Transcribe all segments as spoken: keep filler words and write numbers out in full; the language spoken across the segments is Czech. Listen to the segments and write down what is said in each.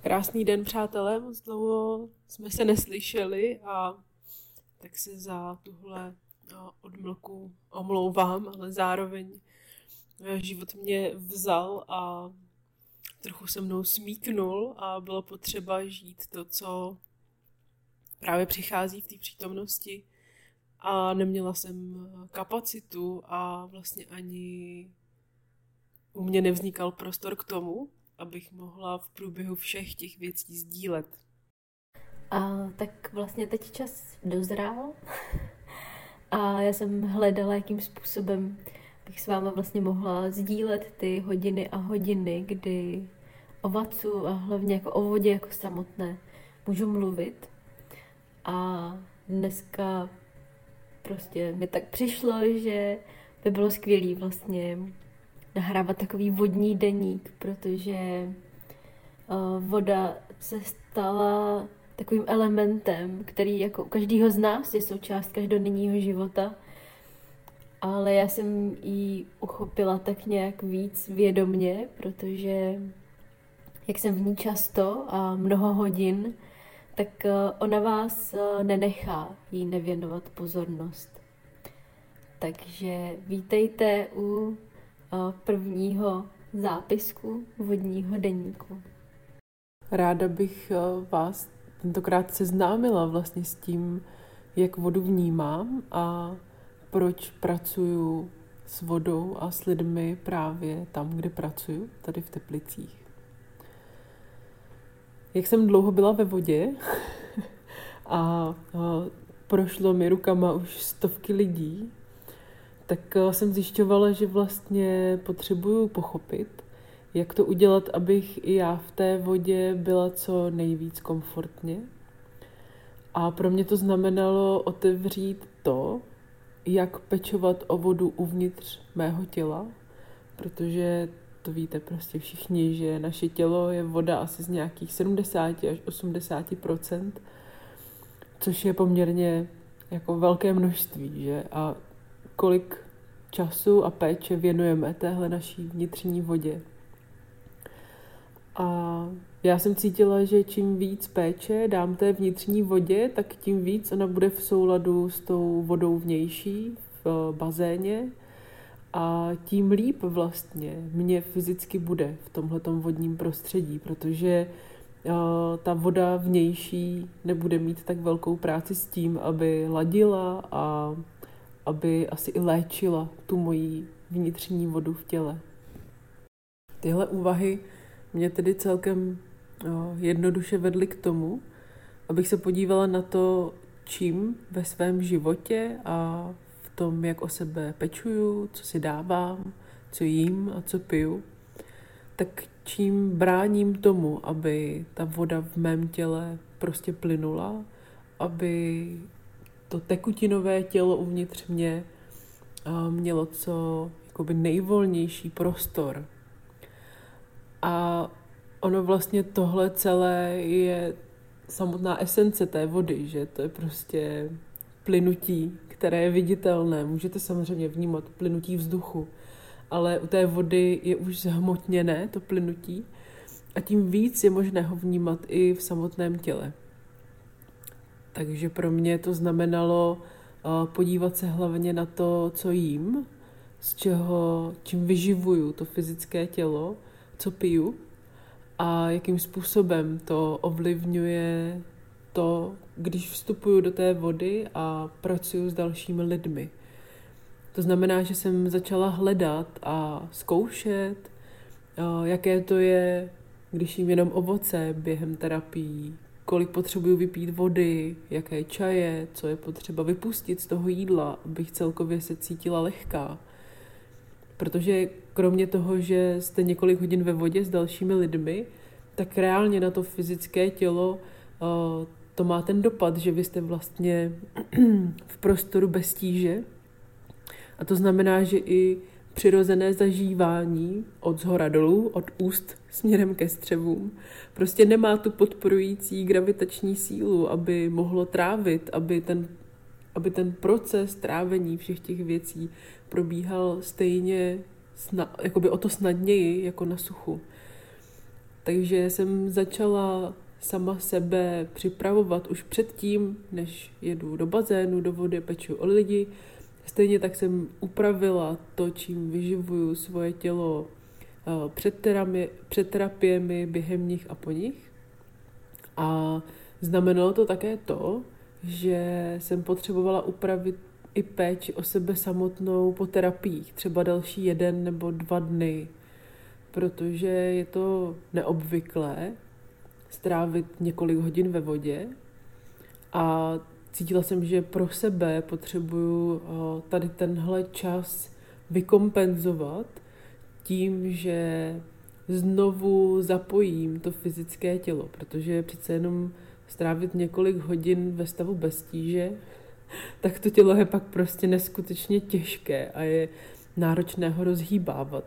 Krásný den, přátelé, moc dlouho jsme se neslyšeli a tak se za tuhle no, odmlku omlouvám, ale zároveň život mě vzal a trochu se mnou smíknul a bylo potřeba žít to, co právě přichází v té přítomnosti a neměla jsem kapacitu a vlastně ani u mě nevznikal prostor k tomu, abych mohla v průběhu všech těch věcí sdílet. A tak vlastně teď čas dozrál a já jsem hledala, jakým způsobem bych s váma vlastně mohla sdílet ty hodiny a hodiny, kdy o vacu a hlavně jako o vodě jako samotné můžu mluvit. A dneska prostě mi tak přišlo, že by bylo skvělé vlastně nahrávat takový vodní deník, protože uh, voda se stala takovým elementem, který jako u každého z nás je součást každodenního života, ale já jsem ji uchopila tak nějak víc vědomně, protože jak jsem v ní často a mnoho hodin, tak uh, ona vás uh, nenechá jí nevěnovat pozornost. Takže vítejte u prvního zápisku vodního deníku. Ráda bych vás tentokrát seznámila vlastně s tím, jak vodu vnímám a proč pracuju s vodou a s lidmi právě tam, kde pracuju, tady v Teplicích. Jak jsem dlouho byla ve vodě a, a prošlo mi rukama už stovky lidí, tak jsem zjišťovala, že vlastně potřebuju pochopit, jak to udělat, abych i já v té vodě byla co nejvíc komfortně. A pro mě to znamenalo otevřít to, jak pečovat o vodu uvnitř mého těla, protože to víte prostě všichni, že naše tělo je voda asi z nějakých sedmdesát až osmdesát procent, což je poměrně jako velké množství, že? A kolik času a péče věnujeme téhle naší vnitřní vodě. A já jsem cítila, že čím víc péče dám té vnitřní vodě, tak tím víc ona bude v souladu s tou vodou vnější v bazéně a tím líp vlastně mě fyzicky bude v tomhletom vodním prostředí, protože ta voda vnější nebude mít tak velkou práci s tím, aby ladila a aby asi i léčila tu moji vnitřní vodu v těle. Tyhle úvahy mě tedy celkem no, jednoduše vedly k tomu, abych se podívala na to, čím ve svém životě a v tom, jak o sebe pečuju, co si dávám, co jím a co piju, tak čím bráním tomu, aby ta voda v mém těle prostě plynula, aby to tekutinové tělo uvnitř mě mělo co jakoby nejvolnější prostor. A ono vlastně tohle celé je samotná esence té vody, že to je prostě plynutí, které je viditelné. Můžete samozřejmě vnímat plynutí vzduchu, ale u té vody je už zhmotněné to plynutí a tím víc je možné ho vnímat i v samotném těle. Takže pro mě to znamenalo uh, podívat se hlavně na to, co jím, z čeho, čím vyživuju to fyzické tělo, co piju a jakým způsobem to ovlivňuje to, když vstupuju do té vody a pracuju s dalšími lidmi. To znamená, že jsem začala hledat a zkoušet, uh, jaké to je, když jím jenom ovoce během terapií, kolik potřebuju vypít vody, jaké čaje, co je potřeba vypustit z toho jídla, abych celkově se cítila lehká. Protože kromě toho, že jste několik hodin ve vodě s dalšími lidmi, tak reálně na to fyzické tělo uh, to má ten dopad, že vy jste vlastně v prostoru bez tíže. A to znamená, že i přirozené zažívání od zhora dolů, od úst směrem ke střevům, prostě nemá tu podporující gravitační sílu, aby mohlo trávit, aby ten, aby ten proces trávení všech těch věcí probíhal stejně, sna, jakoby o to snadněji, jako na suchu. Takže jsem začala sama sebe připravovat už předtím, než jedu do bazénu, do vody, peču o lidi. Stejně tak jsem upravila to, čím vyživuju svoje tělo před, terami, před terapiemi, během nich a po nich. A znamenalo to také to, že jsem potřebovala upravit i péči o sebe samotnou po terapiích, třeba další jeden nebo dva dny, protože je to neobvyklé strávit několik hodin ve vodě a cítila jsem, že pro sebe potřebuju tady tenhle čas vykompenzovat tím, že znovu zapojím to fyzické tělo, protože přece jenom strávit několik hodin ve stavu bez tíže, tak to tělo je pak prostě neskutečně těžké a je náročné ho rozhýbávat.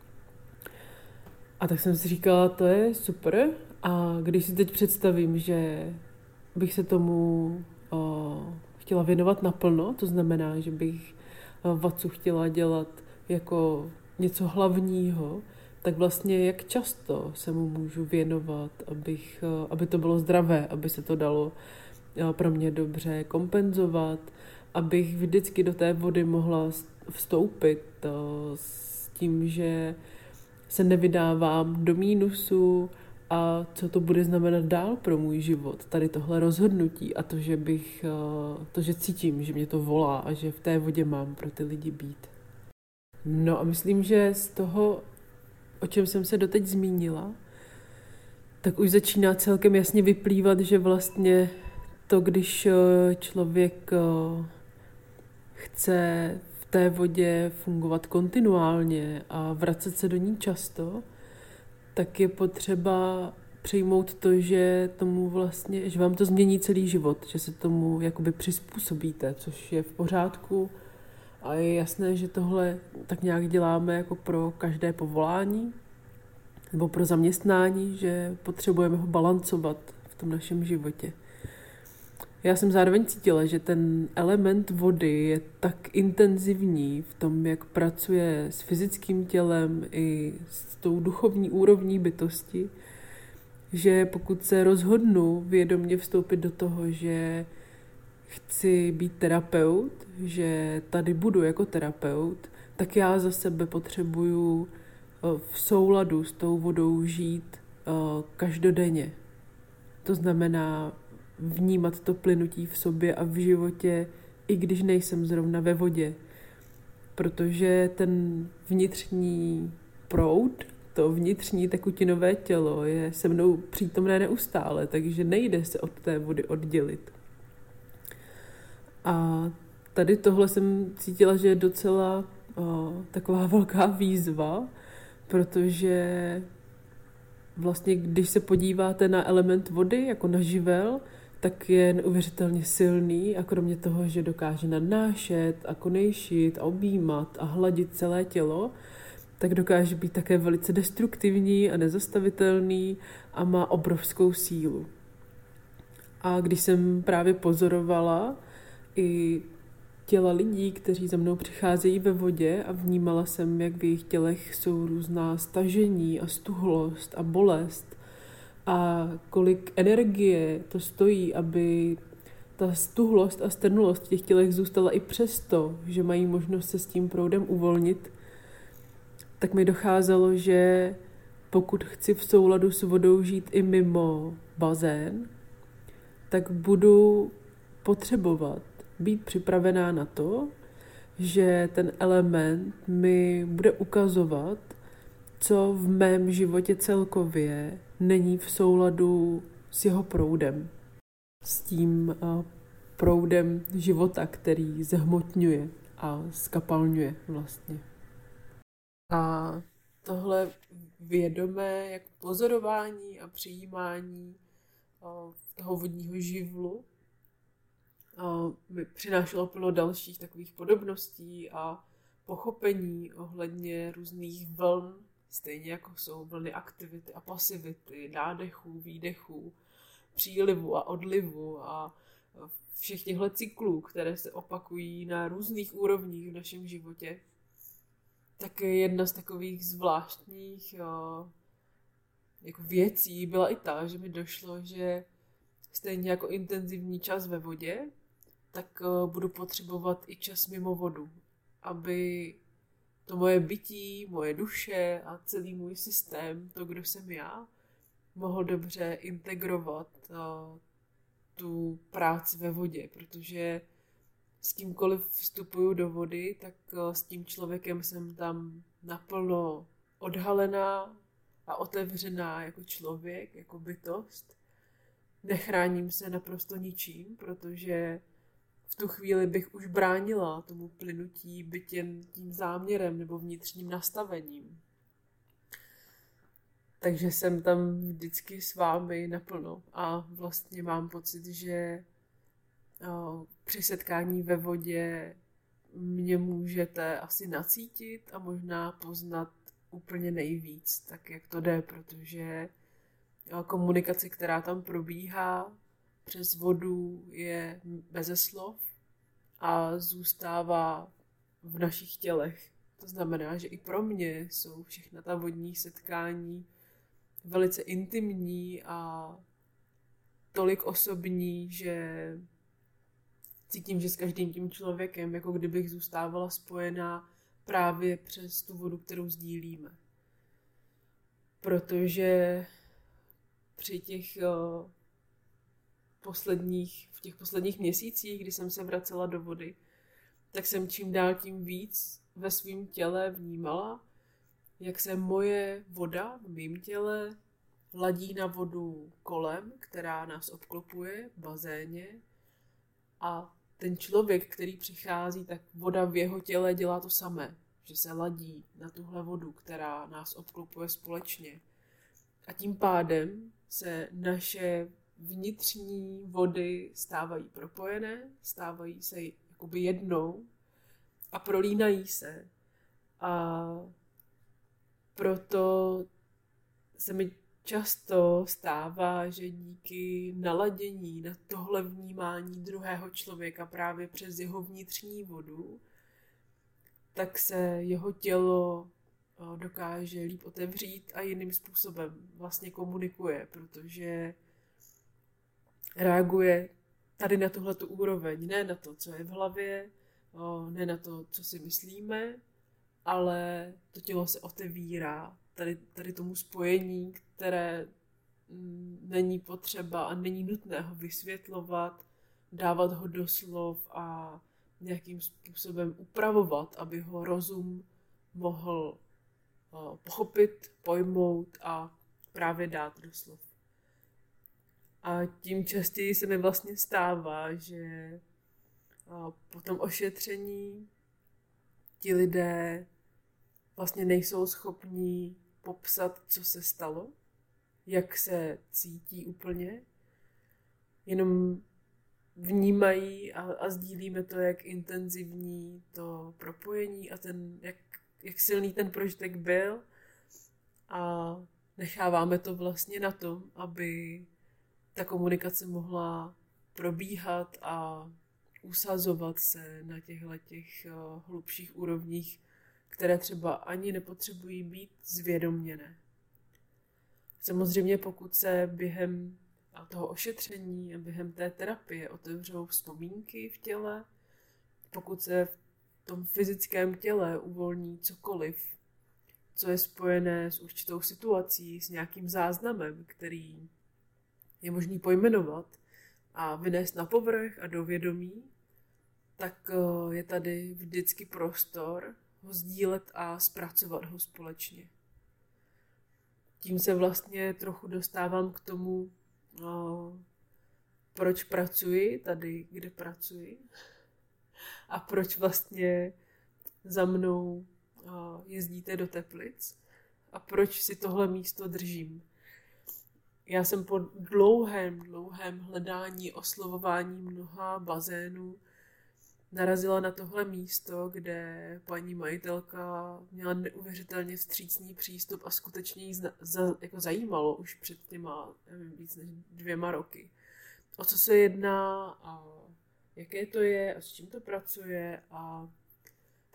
A tak jsem si říkala, to je super. A když si teď představím, že bych se tomu o, chtěla věnovat naplno, to znamená, že bych vacu chtěla dělat jako něco hlavního, tak vlastně jak často se mu můžu věnovat, abych, aby to bylo zdravé, aby se to dalo pro mě dobře kompenzovat, abych vždycky do té vody mohla vstoupit s tím, že se nevydávám do mínusu a co to bude znamenat dál pro můj život. Tady tohle rozhodnutí a to, že bych, to, že cítím, že mě to volá a že v té vodě mám pro ty lidi být. No a myslím, že z toho, o čem jsem se doteď zmínila, tak už začíná celkem jasně vyplývat, že vlastně to, když člověk chce v té vodě fungovat kontinuálně a vracet se do ní často, tak je potřeba přijmout to, že tomu vlastně, že vám to změní celý život, že se tomu jakoby přizpůsobíte, což je v pořádku a je jasné, že tohle tak nějak děláme jako pro každé povolání nebo pro zaměstnání, že potřebujeme ho balancovat v tom našem životě. Já jsem zároveň cítila, že ten element vody je tak intenzivní v tom, jak pracuje s fyzickým tělem i s tou duchovní úrovní bytosti, že pokud se rozhodnu vědomě vstoupit do toho, že chci být terapeut, že tady budu jako terapeut, tak já za sebe potřebuju v souladu s tou vodou žít každodenně. To znamená vnímat to plynutí v sobě a v životě, i když nejsem zrovna ve vodě. Protože ten vnitřní proud, to vnitřní tekutinové tělo je se mnou přítomné neustále, takže nejde se od té vody oddělit. A tady tohle jsem cítila, že je docela o, taková velká výzva, protože vlastně, když se podíváte na element vody jako na živel, tak je neuvěřitelně silný a kromě toho, že dokáže nadnášet a konejšit a objímat a hladit celé tělo, tak dokáže být také velice destruktivní a nezastavitelný a má obrovskou sílu. A když jsem právě pozorovala i těla lidí, kteří za mnou přicházejí ve vodě a vnímala jsem, jak v jejich tělech jsou různá stažení a stuhlost a bolest a kolik energie to stojí, aby ta stuhlost a strnulost v těch tělech zůstala i přesto, že mají možnost se s tím proudem uvolnit, tak mi docházelo, že pokud chci v souladu s vodou žít i mimo bazén, tak budu potřebovat být připravená na to, že ten element mi bude ukazovat, co v mém životě celkově není v souladu s jeho proudem. S tím proudem života, který zhmotňuje a skapalňuje vlastně. A tohle vědomé jak pozorování a přijímání toho vodního živlu mi přinášelo plno dalších takových podobností a pochopení ohledně různých vln, stejně jako jsou vlny aktivity a pasivity, nádechů, výdechů, přílivu a odlivu a všech těchto cyklů, které se opakují na různých úrovních v našem životě. Tak jedna z takových zvláštních jako věcí byla i ta, že mi došlo, že stejně jako intenzivní čas ve vodě, tak uh, budu potřebovat i čas mimo vodu, aby to moje bytí, moje duše a celý můj systém, to, kdo jsem já, mohl dobře integrovat uh, tu práci ve vodě, protože s kýmkoliv vstupuju do vody, tak uh, s tím člověkem jsem tam naplno odhalená a otevřená jako člověk, jako bytost. Nechráním se naprosto ničím, protože v tu chvíli bych už bránila tomu plynutí byt jen tím záměrem nebo vnitřním nastavením. Takže jsem tam vždycky s vámi naplno a vlastně mám pocit, že při setkání ve vodě mě můžete asi nacítit a možná poznat úplně nejvíc, tak jak to jde, protože komunikace, která tam probíhá přes vodu, je beze slov a zůstává v našich tělech. To znamená, že i pro mě jsou všechna ta vodní setkání velice intimní a tolik osobní, že cítím, že s každým tím člověkem, jako kdybych zůstávala spojená právě přes tu vodu, kterou sdílíme. Protože při těch uh, posledních, v těch posledních měsících, kdy jsem se vracela do vody, tak jsem čím dál tím víc ve svém těle vnímala, jak se moje voda v mém těle ladí na vodu kolem, která nás obklopuje v bazéně, a ten člověk, který přichází, tak voda v jeho těle dělá to samé, že se ladí na tuhle vodu, která nás obklopuje společně. A tím pádem se naše vnitřní vody stávají propojené, stávají se jakoby jednou a prolínají se. A proto se mi často stává, že díky naladění na tohle vnímání druhého člověka právě přes jeho vnitřní vodu, tak se jeho tělo dokáže líp otevřít a jiným způsobem vlastně komunikuje, protože reaguje tady na tuhletu úroveň, ne na to, co je v hlavě, ne na to, co si myslíme, ale to tělo se otevírá tady, tady tomu spojení, které není potřeba a není nutné ho vysvětlovat, dávat ho do slov a nějakým způsobem upravovat, aby ho rozum mohl pochopit, pojmout a právě dát do slov. A tím častěji se mi vlastně stává, že po tom ošetření ti lidé vlastně nejsou schopní popsat, co se stalo, jak se cítí úplně, jenom vnímají a, a sdílíme to, jak intenzivní to propojení a ten, jak, jak silný ten prožitek byl, a necháváme to vlastně na tom, aby ta komunikace mohla probíhat a usazovat se na těchto těch hlubších úrovních, které třeba ani nepotřebují být zvědoměné. Samozřejmě pokud se během toho ošetření a během té terapie otevřou vzpomínky v těle, pokud se v tom fyzickém těle uvolní cokoliv, co je spojené s určitou situací, s nějakým záznamem, který je možný pojmenovat a vynést na povrch a do vědomí, tak je tady vždycky prostor ho sdílet a zpracovat ho společně. Tím se vlastně trochu dostávám k tomu, proč pracuji tady, kde pracuji, a proč vlastně za mnou jezdíte do Teplic a proč si tohle místo držím. Já jsem po dlouhém, dlouhém hledání, oslovování mnoha bazénů narazila na tohle místo, kde paní majitelka měla neuvěřitelně vstřícný přístup a skutečně jí zna, za, jako zajímalo už před těma, nevím, víc než dvěma roky, o co se jedná a jaké to je a s čím to pracuje. A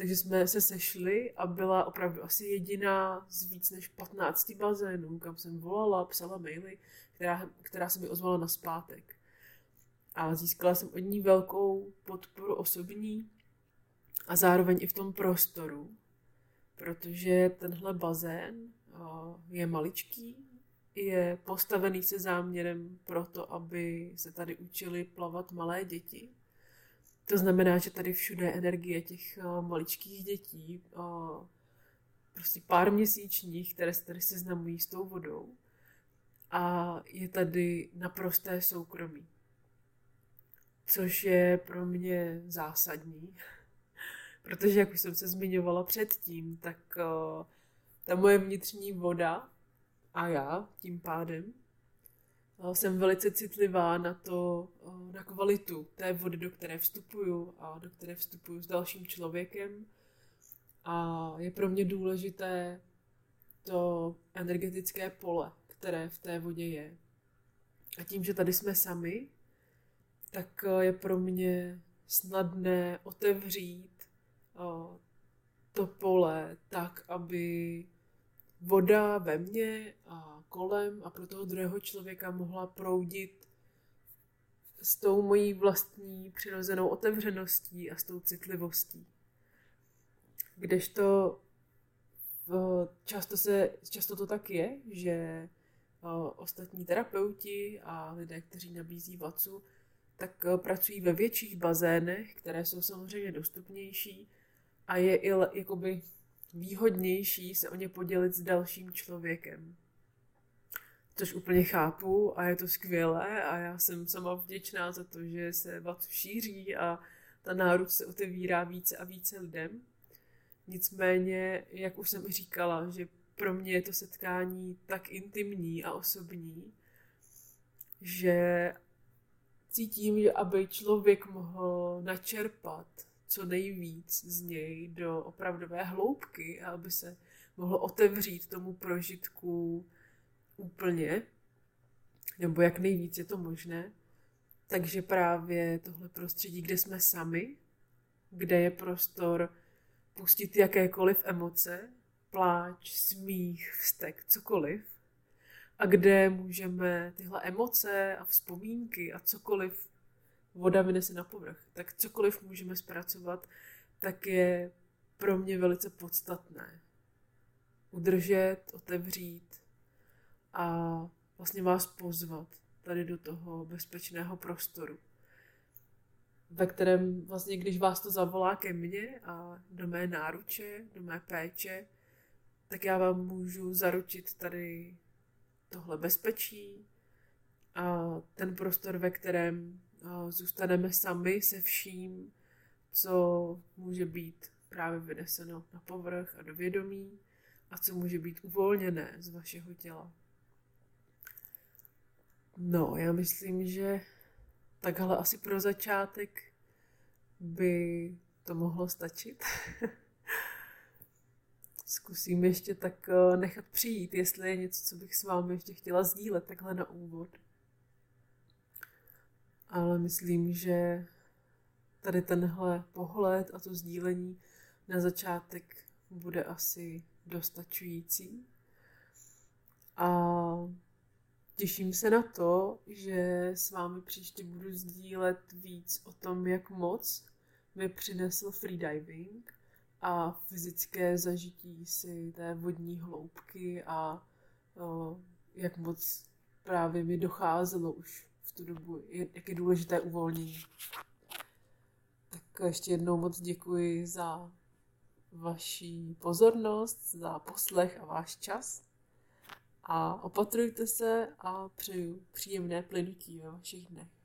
Takže jsme se sešli a byla opravdu asi jediná z víc než patnácti bazénů, kam jsem volala, psala maily, která, která se mi ozvala nazpátek. A získala jsem od ní velkou podporu osobní a zároveň i v tom prostoru, protože tenhle bazén je maličký, je postavený se záměrem pro to, aby se tady učili plavat malé děti. To znamená, že tady všude je energie těch maličkých dětí, prostě pár měsíčních, které se tady seznamují s tou vodou. A je tady naprosté soukromí, což je pro mě zásadní, protože, jak už jsem se zmiňovala předtím, tak ta moje vnitřní voda a já tím pádem jsem velice citlivá na to, na kvalitu té vody, do které vstupuju a do které vstupuju s dalším člověkem. A je pro mě důležité to energetické pole, které v té vodě je. A tím, že tady jsme sami, tak je pro mě snadné otevřít to pole tak, aby voda ve mně a kolem a pro toho druhého člověka mohla proudit s tou mojí vlastní přirozenou otevřeností a s tou citlivostí. Kdežto často, se, často to tak je, že ostatní terapeuti a lidé, kteří nabízí vacu, tak pracují ve větších bazénech, které jsou samozřejmě dostupnější a je i jakoby výhodnější se o ně podělit s dalším člověkem. Což úplně chápu a je to skvělé a já jsem sama vděčná za to, že se vacu šíří a ta náruč se otevírá více a více lidem. Nicméně, jak už jsem říkala, že pro mě je to setkání tak intimní a osobní, že cítím, že aby člověk mohl načerpat co nejvíc z něj do opravdové hloubky a aby se mohl otevřít tomu prožitku úplně, nebo jak nejvíc je to možné, takže právě tohle prostředí, kde jsme sami, kde je prostor pustit jakékoliv emoce, pláč, smích, vztek, cokoliv, a kde můžeme tyhle emoce a vzpomínky a cokoliv voda vynese na povrch, tak cokoliv můžeme zpracovat, tak je pro mě velice podstatné. Udržet, otevřít a vlastně vás pozvat tady do toho bezpečného prostoru, ve kterém vlastně, když vás to zavolá ke mně a do mé náruče, do mé péče, tak já vám můžu zaručit tady tohle bezpečí a ten prostor, ve kterém zůstaneme sami se vším, co může být právě vyneseno na povrch a do vědomí a co může být uvolněné z vašeho těla. No, já myslím, že takhle asi pro začátek by to mohlo stačit. Zkusím ještě tak nechat přijít, jestli je něco, co bych s vámi ještě chtěla sdílet takhle na úvod. Ale myslím, že tady tenhle pohled a to sdílení na začátek bude asi dostačující. A těším se na to, že s vámi příště budu sdílet víc o tom, jak moc mi přinesl freediving a fyzické zažití si té vodní hloubky a o, jak moc právě mi docházelo už v tu dobu, jak je důležité uvolnění. Tak ještě jednou moc děkuji za vaši pozornost, za poslech a váš čas. A opatrujte se a přeju příjemné plynutí ve vašich dnech.